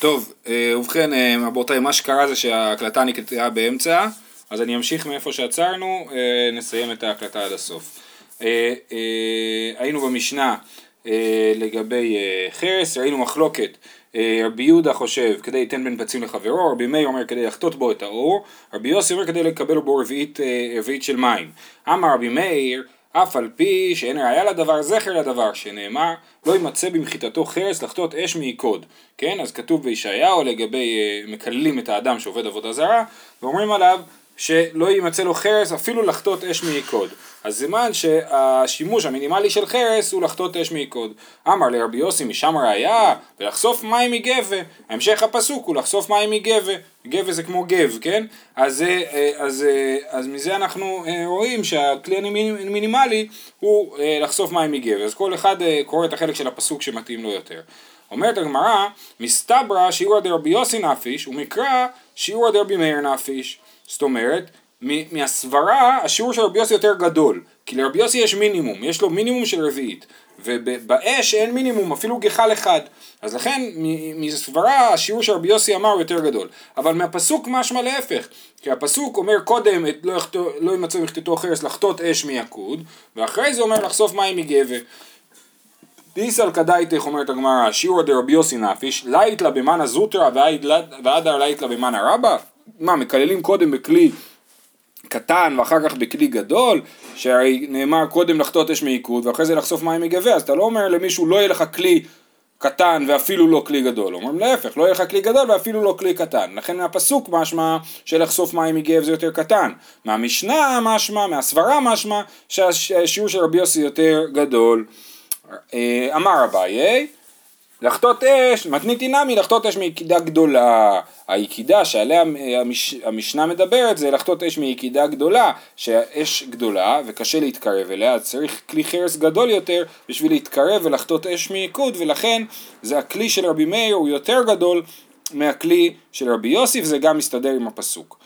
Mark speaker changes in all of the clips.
Speaker 1: טוב, ובכן, רבותיי, מה שקרה זה שההקלטה נקטעה באמצע, אז אני אמשיך מאיפה שעצרנו, נסיים את ההקלטה עד הסוף. היינו במשנה לגבי חרס, ראינו מחלוקת, רבי יהודה חושב כדי ייתן בין פצים לחברו, רבי מאיר אומר כדי לחטות בו את האור, רבי יוסי אומר כדי לקבל בו רביעית של מים. אמר רבי מאיר, אף על פי שאין ראיה לדבר זכר לדבר שנאמר לא יימצא במחיתתו חרס לחטות אש מעיקוד, כן? אז כתוב בישעיהו לגבי מקללים את האדם שעובד עבודה זרה ואומרים עליו שלא יימצא לו חרס אפילו לחטות אש מעיקוד. אז זמן שהשימוש המינימלי של חרס הוא לחטות אש מעיקוד. אמר לרבי יוסי משם ראיה ולחשוף מים מגבה, המשך הפסוק הוא לחשוף מים מגבה, גבה זה כמו גב, כן? אז מזה אנחנו רואים שהכלי המינימלי הוא לחשוף מים מגבה, אז כל אחד קורא את החלק של הפסוק שמתאים לו יותר. אומרת הגמרא, מסתברא שיעורא דרבי יוסי נפיש ומקרא שיעורא דרבי מאיר נפיש. זאת אומרת, מהסברה השיעור של רבי יוסי יותר גדול, כי לרבי יוסי יש מינימום, יש לו מינימום של רביעית, ובאש אין מינימום, אפילו גחל אחד, אז לכן מסברה השיעור של רבי יוסי אמר הוא יותר גדול, אבל מהפסוק משמע להפך, כי הפסוק אומר קודם לא ימצא במחיתתו חרס לחטות אש מעיקוד, ואחרי זה אומר לחשוף מים מגבה. דיסל כדאיתך אומרת הגמרא, שיעורא דרבי יוסי נפיש, לית לה במאנה זוטרא ועדר לית לה במאנה רבא. מה, מקללים קודם בכלי קטן ואחר כך בכלי גדול, שהרי נאמר קודם לחטות אש מעיקוד ואחרי זה לחשוף מים מגבה, אז אתה לא אומר למישהו לא יהיה לך כלי קטן ואפילו לא כלי גדול, אומרים להפך, לא יהיה לך כלי גדול ואפילו לא כלי קטן, לכן מהפסוק משמע שלחשוף מים מגב זה יותר קטן, מהמשנה משמע, מהסברה משמע שהשיעור של רבי יוסי יותר גדול. אמר אביי, לחטות אש, מתניתי נמי לחטות אש מיקידה גדולה, היקידה שעליה המשנה מדברת זה לחטות אש מיקידה גדולה, שהאש גדולה וקשה להתקרב אליה, אז צריך כלי חרס גדול יותר בשביל להתקרב ולחטות אש מעיקוד, ולכן זה הכלי של רבי מאיר הוא יותר גדול מהכלי של רבי יוסי, וזה גם מסתדר עם הפסוק.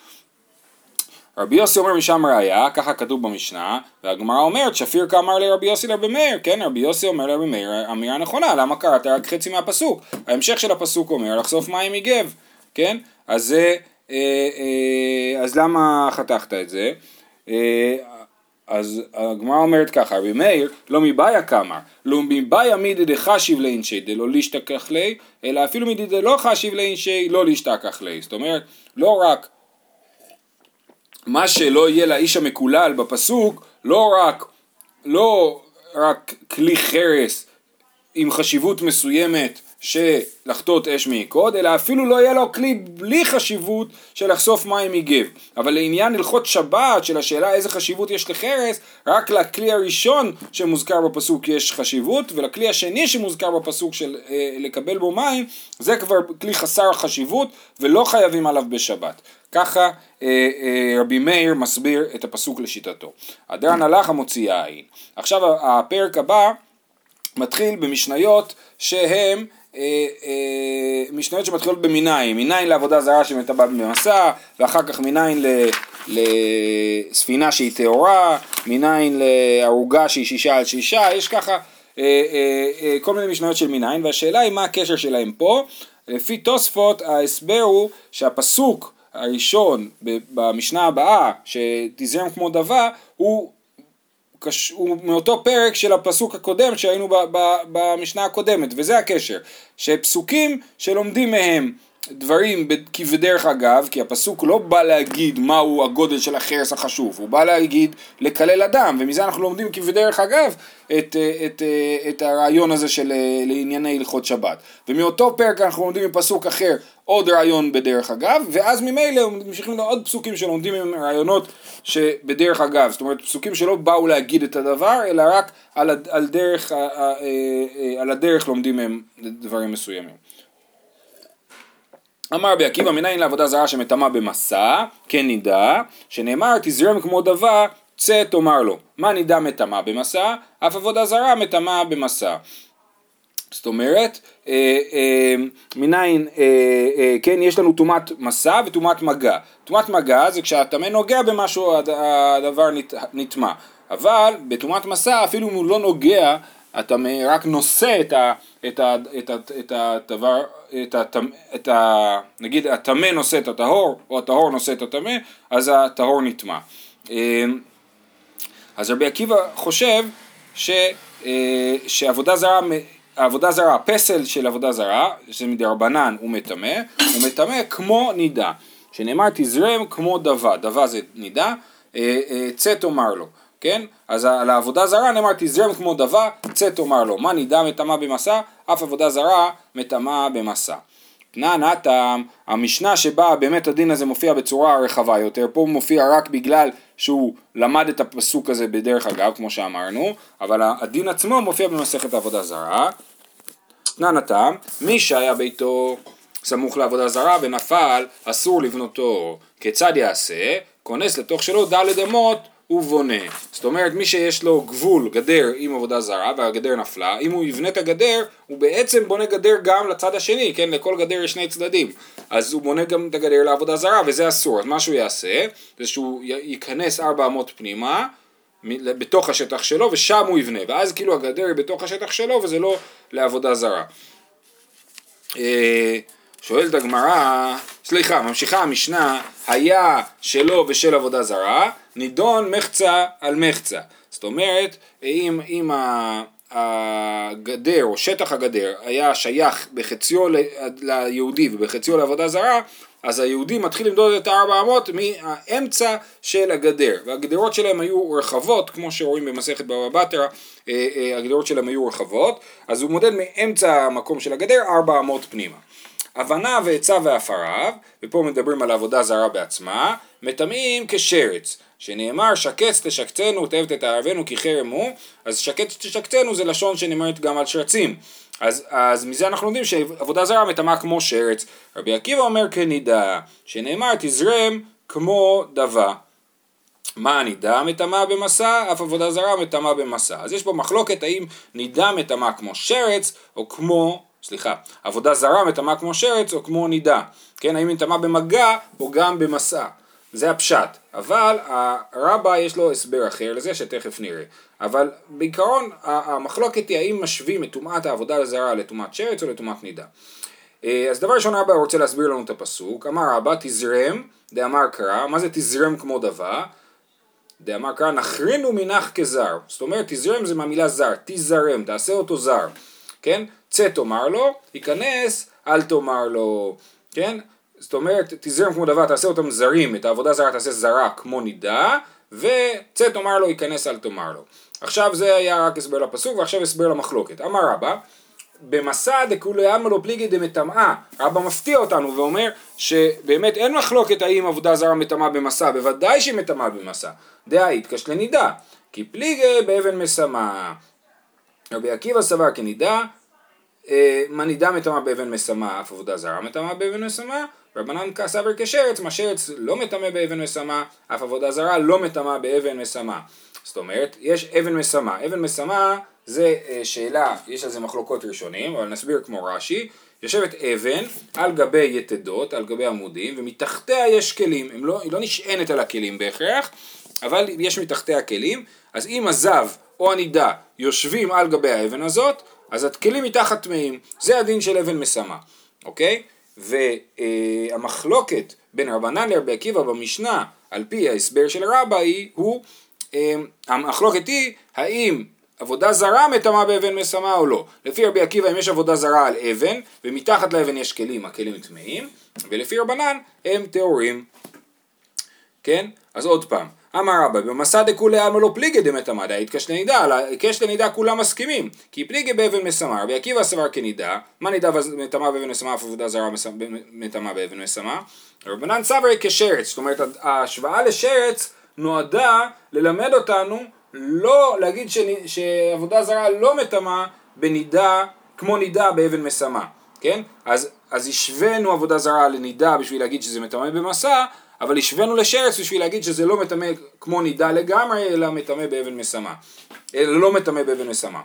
Speaker 1: רבי יוסי אומר משם ראיה, ככה כתוב במשנה, והגמרא אומרת שפיר כאמר לרבי יוסי לרבי מאיר, כן, רבי יוסי אומר לרבי מאיר אמירה נכונה, למה קראת רק חצי מהפסוק? ההמשך של הפסוק אומר לחשוף מים מגב, כן, אז למה חתכת את זה? אז הגמרא אומרת ככה, רבי מאיר לא מבעיה כאמר, לא מבעיה מידי דחשיב לאינשי דלא להשתכח לי, אלא אפילו מידי דלא חשיב לאינשי לא להשתכח לי, זאת אומרת, לא מה שלא יהיה לאיש המקולל בפסוק, לא רק כלי חרס עם חשיבות מסוימת של לחטות אש מעיקוד, אלא אפילו לא יהיה לו כלי בלי חשיבות של לחשוף מים מגב. אבל לעניין הלכות שבת של השאלה איזה חשיבות יש לחרס, רק לכלי הראשון שמוזכר בפסוק יש חשיבות, ולכלי השני שמוזכר בפסוק של לקבל בו מים, זה כבר כלי חסר חשיבות ולא חייבים עליו בשבת. ככה רבי מאיר מסביר את הפסוק לשיטתו. הדרן הלך המוציאה העין. עכשיו הפרק הבא מתחיל במשניות שהן משניות שמתחילות במיניים, מניין לעבודה זרה שמטבע במסע, ואחר כך מניין לספינה שהיא טהורה, מניין לערוגה שהיא 6 על 6, יש ככה כל מיני משניות של מניין, והשאלה היא מה הקשר שלהם פה. לפי תוספות ההסבר הוא שהפסוק הראשון במשנה הבאה שתזרם כמו דבה הוא מאותו פרק של הפסוק הקודם שהיינו במשנה הקודמת, וזה הקשר, שפסוקים שלומדים מהם דברים כבדרך אגב, כי הפסוק לא בא להגיד מהו הגודל של החרס החשוב, הוא בא להגיד לקלל אדם, ומזה אנחנו לומדים כבדרך אגב את הרעיון הזה של לענייני הלכות שבת. ומאותו פרק אנחנו לומדים מפסוק אחר עוד רעיון בדרך אגב, ואז ממילא ממשיכים לעוד פסוקים שלומדים עם רעיונות שבדרך אגב, זאת אומרת פסוקים שלא באו להגיד את הדבר, אלא רק על הדרך לומדים מהם דברים מסוימים. אמר רבי עקיבא מניין לעבודה זרה שמטמא במסע, כן נידע, שנאמר תזרם כמו דבה, צא תאמר לו. מה נידע מטמא במסע? אף עבודה זרה מטמא במסע. זאת אומרת, מניין, כן, יש לנו טומאת מסע וטומאת מגע. טומאת מגע זה כשהטמא נוגע במשהו הדבר נטמא. אבל בטומאת מסע אפילו אם הוא לא נוגע, הטמא רק נושא נגיד הטמא נושא את הטהור, או הטהור נושא את הטמא, אז הטהור נטמא. אז רבי עקיבא חושב שעבודה זרה, העבודה זרה, הפסל של עבודה זרה, שזה מדרבנן הוא מטמא כמו נידה, שנאמר תזרם כמו דבה, דבה זה נידה, צא תאמר לו, כן? אז על העבודה זרה נאמר תזרם כמו דבה, צא תאמר לו, מה נידה מטמא במסע? אף עבודה זרה מטמא במסע. נתם, המשנה שבה באמת הדין הזה מופיע בצורה רחבה יותר, פה הוא מופיע רק בגלל שהוא למד את הפסוק הזה בדרך אגב, כמו שאמרנו, אבל הדין עצמו מופיע במסכת עבודה זרה. נתם, מי שהיה ביתו סמוך לעבודה זרה ונפל, אסור לבנותו, כיצד יעשה? כונס לתוך שלו ד' אמות ובונה. זאת אומרת, מי שיש לו גבול, גדר עם עבודה זרה, והגדר נפלה, אם הוא יבנה את הגדר, הוא בעצם בונה גדר גם לצד השני, כן? לכל גדר יש שני צדדים. אז הוא בונה גם את הגדר לעבודה זרה, וזה אסור. אז מה שהוא יעשה, זה שהוא ייכנס 4 אמות פנימה, בתוך השטח שלו, ושם הוא יבנה. ואז כאילו הגדר היא בתוך השטח שלו, וזה לא לעבודה זרה. שואלת הגמרא, ממשיכה המשנה, היה שלו ושל עבודה זרה, נידון מחצה על מחצה. זאת אומרת, אם הגדר או שטח הגדר היה שייך בחציו ליהודי ובחציו לעבודה זרה, אז היהודי מתחיל למדוד את 4 אמות מהאמצע של הגדר, והגדרות שלהם היו רחבות, כמו שרואים במסכת בבא בתרא, הגדרות שלהם היו רחבות, אז הוא מודד מאמצע המקום של הגדר 4 אמות פנימה. הבנה ועצה והפריו, ופה מדברים על עבודה זרה בעצמה, מטמאים כשרץ, שנאמר שקץ תשקצנו תאב תתערבנו כי חרם הוא, אז שקץ תשקצנו זה לשון שנאמרת גם על שרצים, אז מזה אנחנו יודעים שעבודה זרה מטמאה כמו שרץ. רבי עקיבא אומר כנידה, שנאמר תזרם כמו דבה. מה נידה מטמאה במסע? אף עבודה זרה מטמאה במסע. אז יש פה מחלוקת האם נידה מטמאה כמו שרץ או כמו עבודה זרה מטמאה כמו שרץ או כמו נידה, כן, האם מטמאה במגע או גם במסע, זה הפשט, אבל הרבא יש לו הסבר אחר לזה שתכף נראה, אבל בעיקרון המחלוקת היא האם משווים את טומאת העבודה הזרה לטומאת שרץ או לטומאת נידה. אז דבר ראשון הרבא רוצה להסביר לנו את הפסוק, אמר רבא תזרם, דאמר קרא, מה זה תזרם כמו דבה? דאמר קרא נחרינו מנח כזר, זאת אומרת תזרם זה מהמילה זר, תזרם, תעשה אותו זר, כן? צא תאמר לו, ייכנס, אל תאמר לו, כן? זאת אומרת, תזרם כמו דבר, תעשה אותם זרים, את העבודה זרה תעשה זרה כמו נידה, וצא תאמר לו, ייכנס, אל תאמר לו. עכשיו זה היה רק הסבר לפסוק, ועכשיו הסבר למחלוקת. אמר רבא, במסע דכולי עלמא לא פליגי דמטמאה, רבא מפתיע אותנו ואומר שבאמת אין מחלוקת האם עבודה זרה מטמאה במסע, בוודאי שהיא מטמאה במסע, דהאית כשלנידה, כי פליגי באבן משמה. רבי עקיבא סבר כנידה, מה נידה מטמאה באבן משמה, אף עבודה זרה מטמאה באבן משמה, רבנן סבר כשרץ, מה שרץ לא מטמא באבן משמה, אף עבודה זרה לא מטמאה באבן משמה. זאת אומרת, יש אבן משמה, אבן משמה זה שאלה, יש על זה מחלוקות ראשונים, אבל נסביר כמו רש"י, יושבת אבן על גבי יתדות, על גבי עמודים, ומתחתיה יש כלים, היא לא נשענת על הכלים בהכרח, אבל יש מתחתיה כלים, אז אם הזב או הנידה יושבים על גבי האבן הזאת, אז הכלים מתחת טמאים, זה הדין של אבן משמה, אוקיי? והמחלוקת בין רבנן לרבי עקיבא במשנה, על פי ההסבר של רבא המחלוקת היא, האם עבודה זרה מטמאה באבן משמה או לא. לפי רבי עקיבא אם יש עבודה זרה על אבן, ומתחת לאבן יש כלים, הכלים טמאים, ולפי רבנן הם טהורים. כן? אז עוד פעם, אמר רבא, במסע דכולי עלמא לא פליגי דמטמאה, דהאית כשלנידה, על כשלנידה כולם מסכימים, כי פליגי באבן משמה, רבי עקיבא סבר כנידה, מה נידה מטמאה באבן משמה, אף עבודה זרה מטמאה באבן משמה, רבנן סבר כשרץ, זאת אומרת ההשוואה לשרץ נועדה ללמד אותנו לא להגיד שעבודה זרה לא מטמאה בנידה כמו נידה באבן משמה, כן? אז השווינו עבודה זרה לנידה בשביל להגיד שזה מטמא במסע, אבל השווינו לשרץ בשביל להגיד שזה לא מטמא כמו נידה לגמרי, אלא מטמא באבן משמה. אלא לא מטמא באבן משמה.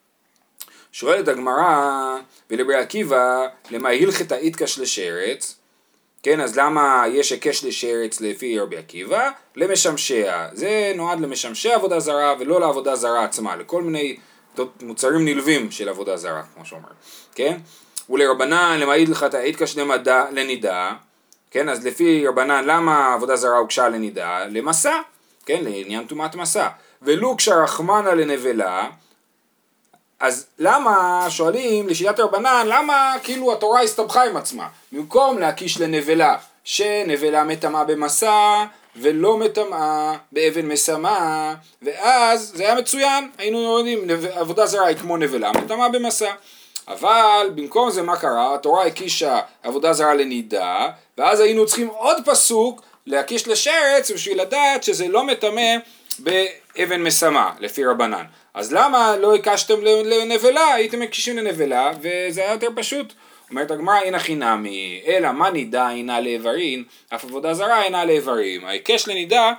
Speaker 1: שואלת הגמרא, ולרבי עקיבא, למה הלכתא איתקש לשרץ? כן, אז למה יש היקש לשרץ לפי רבי עקיבא? למשמשיה. זה נועד למשמשי עבודה זרה ולא לעבודה זרה עצמה, לכל מיני מוצרים נלווים של עבודה זרה, כמו שאומר, כן? ולרבנן למעיד לך תעיד כשנמדה לנידה, כן? אז לפי רבנן למה עבודה זרה הוגשה לנידה? למסע, כן? לעניין טומאת מסע. ולו כשרחמנה לנבלה, אז למה שואלים לשיטת רבנן, למה כאילו התורה הסתבכה עם עצמה? במקום להקיש לנבלה, שנבלה מטמאה במסע ולא מטמאה באבן משמה, ואז זה היה מצוין, היינו יודעים, עבודה זרה היא כמו נבלה, מטמאה במסע. אבל במקום זה מה קרה? התורה הקישה עבודה זרה לנידה, ואז היינו צריכים עוד פסוק להקיש לשרץ בשביל לדעת שזה לא מטמא באבן משמה, לפי רבנן. אז למה לא הקשתם לנבלה? הייתם הקישים לנבלה, וזה היה יותר פשוט. אומרת הגמרא, אין הכי נמי, אלא מה נידה אינה לאיברין, אף עבודה זרה אינה לאיברים. ההיקש לנידה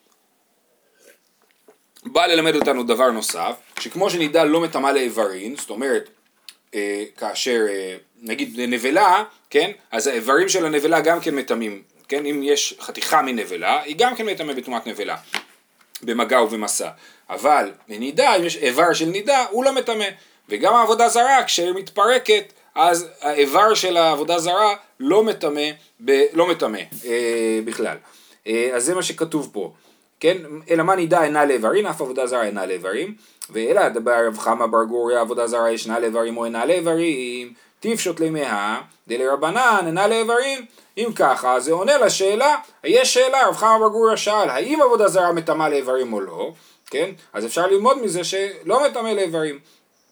Speaker 1: בא ללמד אותנו דבר נוסף, שכמו שנידה לא מטמאה לאיברין, זאת אומרת, כאשר נגיד נבלה, כן, אז האיברים של הנבלה גם כן מטמאים, כן, אם יש חתיכה מנבלה, היא גם כן מטמאה בטומאת נבלה, במגע ובמסע. אבל בנידה, אם יש איבר של נידה, הוא לא מטמא. וגם העבודה זרה, כשהיא מתפרקת, אז האיבר של העבודה זרה לא מטמא, בכלל. אז זה מה שכתוב פה. כן? אלא מה נידה אינה לאיברים, אף עבודה זרה אינה לאיברים. ואלא ברב חמא בר גוריא עבודה זרה ישנה לאיברים או אינה לאיברים. תפשוט לימיה, דלרבנן אינה לאיברים. אם ככה, זה עונה לשאלה, יש שאלה, רב חמא בר גוריא שאל, האם עבודה זרה מטמאה לאיברים או לא? כן? אז אפשר ללמוד מזה שלא מטמא לאיברים.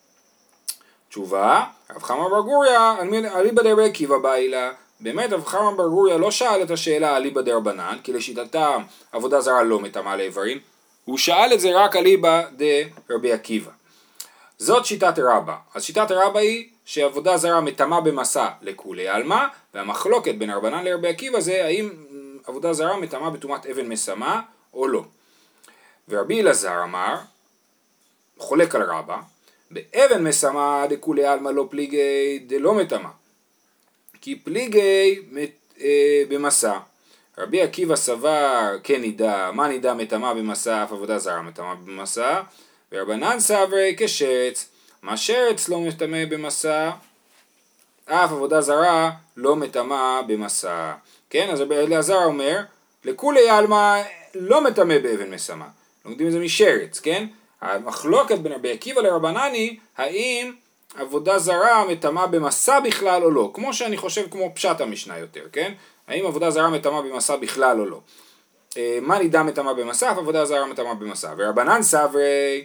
Speaker 1: תשובה, רב חמא בר גוריא, אליבא דרבי עקיבא באי לה, באמת רב חמא בר גוריא לא שאל את השאלה אליבא דרבנן, כי לשיטתם עבודה זרה לא מטמאה לאיברים, הוא שאל את זה רק אליבא דרבי עקיבא. זאת שיטת רבא. אז שיטת רבא היא שעבודה זרה מטמאה במסע לכולי עלמא, והמחלוקת בין רבנן לרבי עקיבא זה האם עבודה זרה מטמאה בטומאת אבן משמה או לא. ורבי אלעזר אמר, חולק על רבא, באבן משמה דכולי עלמא לא פליגי דלא מטמאה, כי פליגי במסע. רבי עקיבא סבר כן נידה, מה נידה מטמאה במסע, אף עבודה זרה מטמאה במסע, ורבנן סברי כשרץ, מה שרץ לא מטמא במסע, אף עבודה זרה לא מטמאה במסע. כן, אז רבי אלעזר אומר, לכולי עלמא לא מטמא באבן משמה. לומדים את זה משרץ, כן? המחלוקת בין רבי עקיבא לרבנן היא, האם עבודה זרה מטמאה במסע בכלל או לא? כמו שאני חושב כמו פשט המשנה יותר, כן? האם עבודה זרה מטמאה במסע בכלל או לא? מה נידה מטמאה במסע? אף עבודה זרה מטמאה במסע. ורבנן סברי,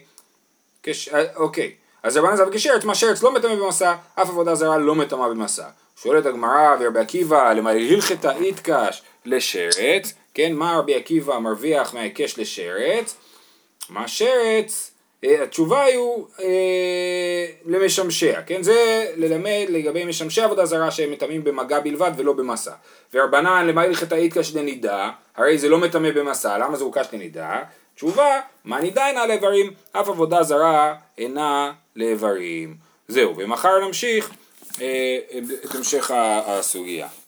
Speaker 1: אוקיי. אז רבנן סברי כשרץ, מה שרץ לא מטמא במסע, אף עבודה זרה לא מטמאה במסע. שואלת הגמרא ורבי עקיבא, למה הלכתא איתקש לשרץ, כן? מה רבי עקיבא מרוויח מההיקש לשרץ? מה שרץ? התשובה היא למשמשיה, כן? זה ללמד לגבי משמשי עבודה זרה שהם מטמאים במגע בלבד ולא במסע. ורבנן למה הלכתא איתקש לנידה, הרי זה לא מטמא במסע, למה זה הוקש לנידה? תשובה, מה נידה אינה לאיברים, אף עבודה זרה אינה לאיברים. זהו, ומחר נמשיך את המשך הסוגיה.